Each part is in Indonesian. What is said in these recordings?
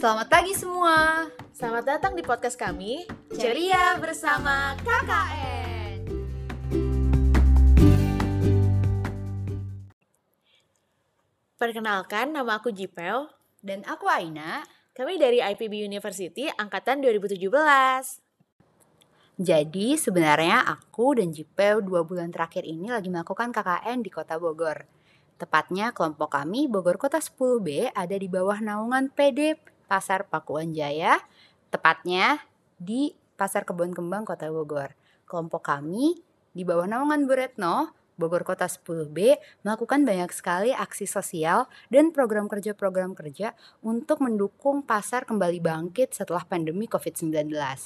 Selamat pagi semua. Selamat datang di podcast kami, Ceria bersama KKN. Perkenalkan, nama aku Jipel. Dan aku Aina. Kami dari IPB University angkatan 2017. Jadi sebenarnya aku dan Jipel 2 bulan terakhir ini lagi melakukan KKN di Kota Bogor. Tepatnya kelompok kami Bogor Kota 10B ada di bawah naungan PD Pasar Pakuan Jaya, tepatnya di Pasar Kebon Kembang Kota Bogor. Kelompok kami di bawah naungan Bu Retno, Bogor Kota 10B melakukan banyak sekali aksi sosial dan program kerja untuk mendukung pasar kembali bangkit setelah pandemi COVID-19.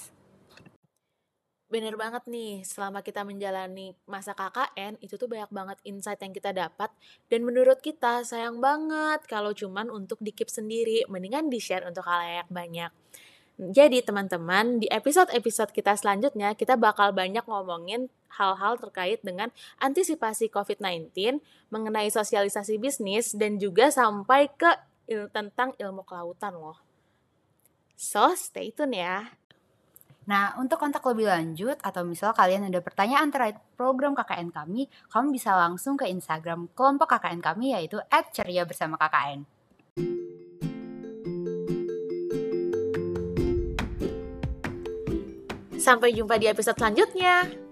Bener banget nih, selama kita menjalani masa KKN, itu tuh banyak banget insight yang kita dapat. Dan menurut kita sayang banget kalau cuman untuk di-keep sendiri, mendingan di-share untuk halayak banyak. Jadi teman-teman, di episode-episode kita selanjutnya, kita bakal banyak ngomongin hal-hal terkait dengan antisipasi COVID-19, mengenai sosialisasi bisnis, dan juga sampai ke tentang ilmu kelautan loh. So, stay tune ya. Nah, untuk kontak lebih lanjut atau misal kalian ada pertanyaan terkait program KKN kami, kamu bisa langsung ke Instagram kelompok KKN kami yaitu @ceria_bersama_KKN. Sampai jumpa di episode selanjutnya.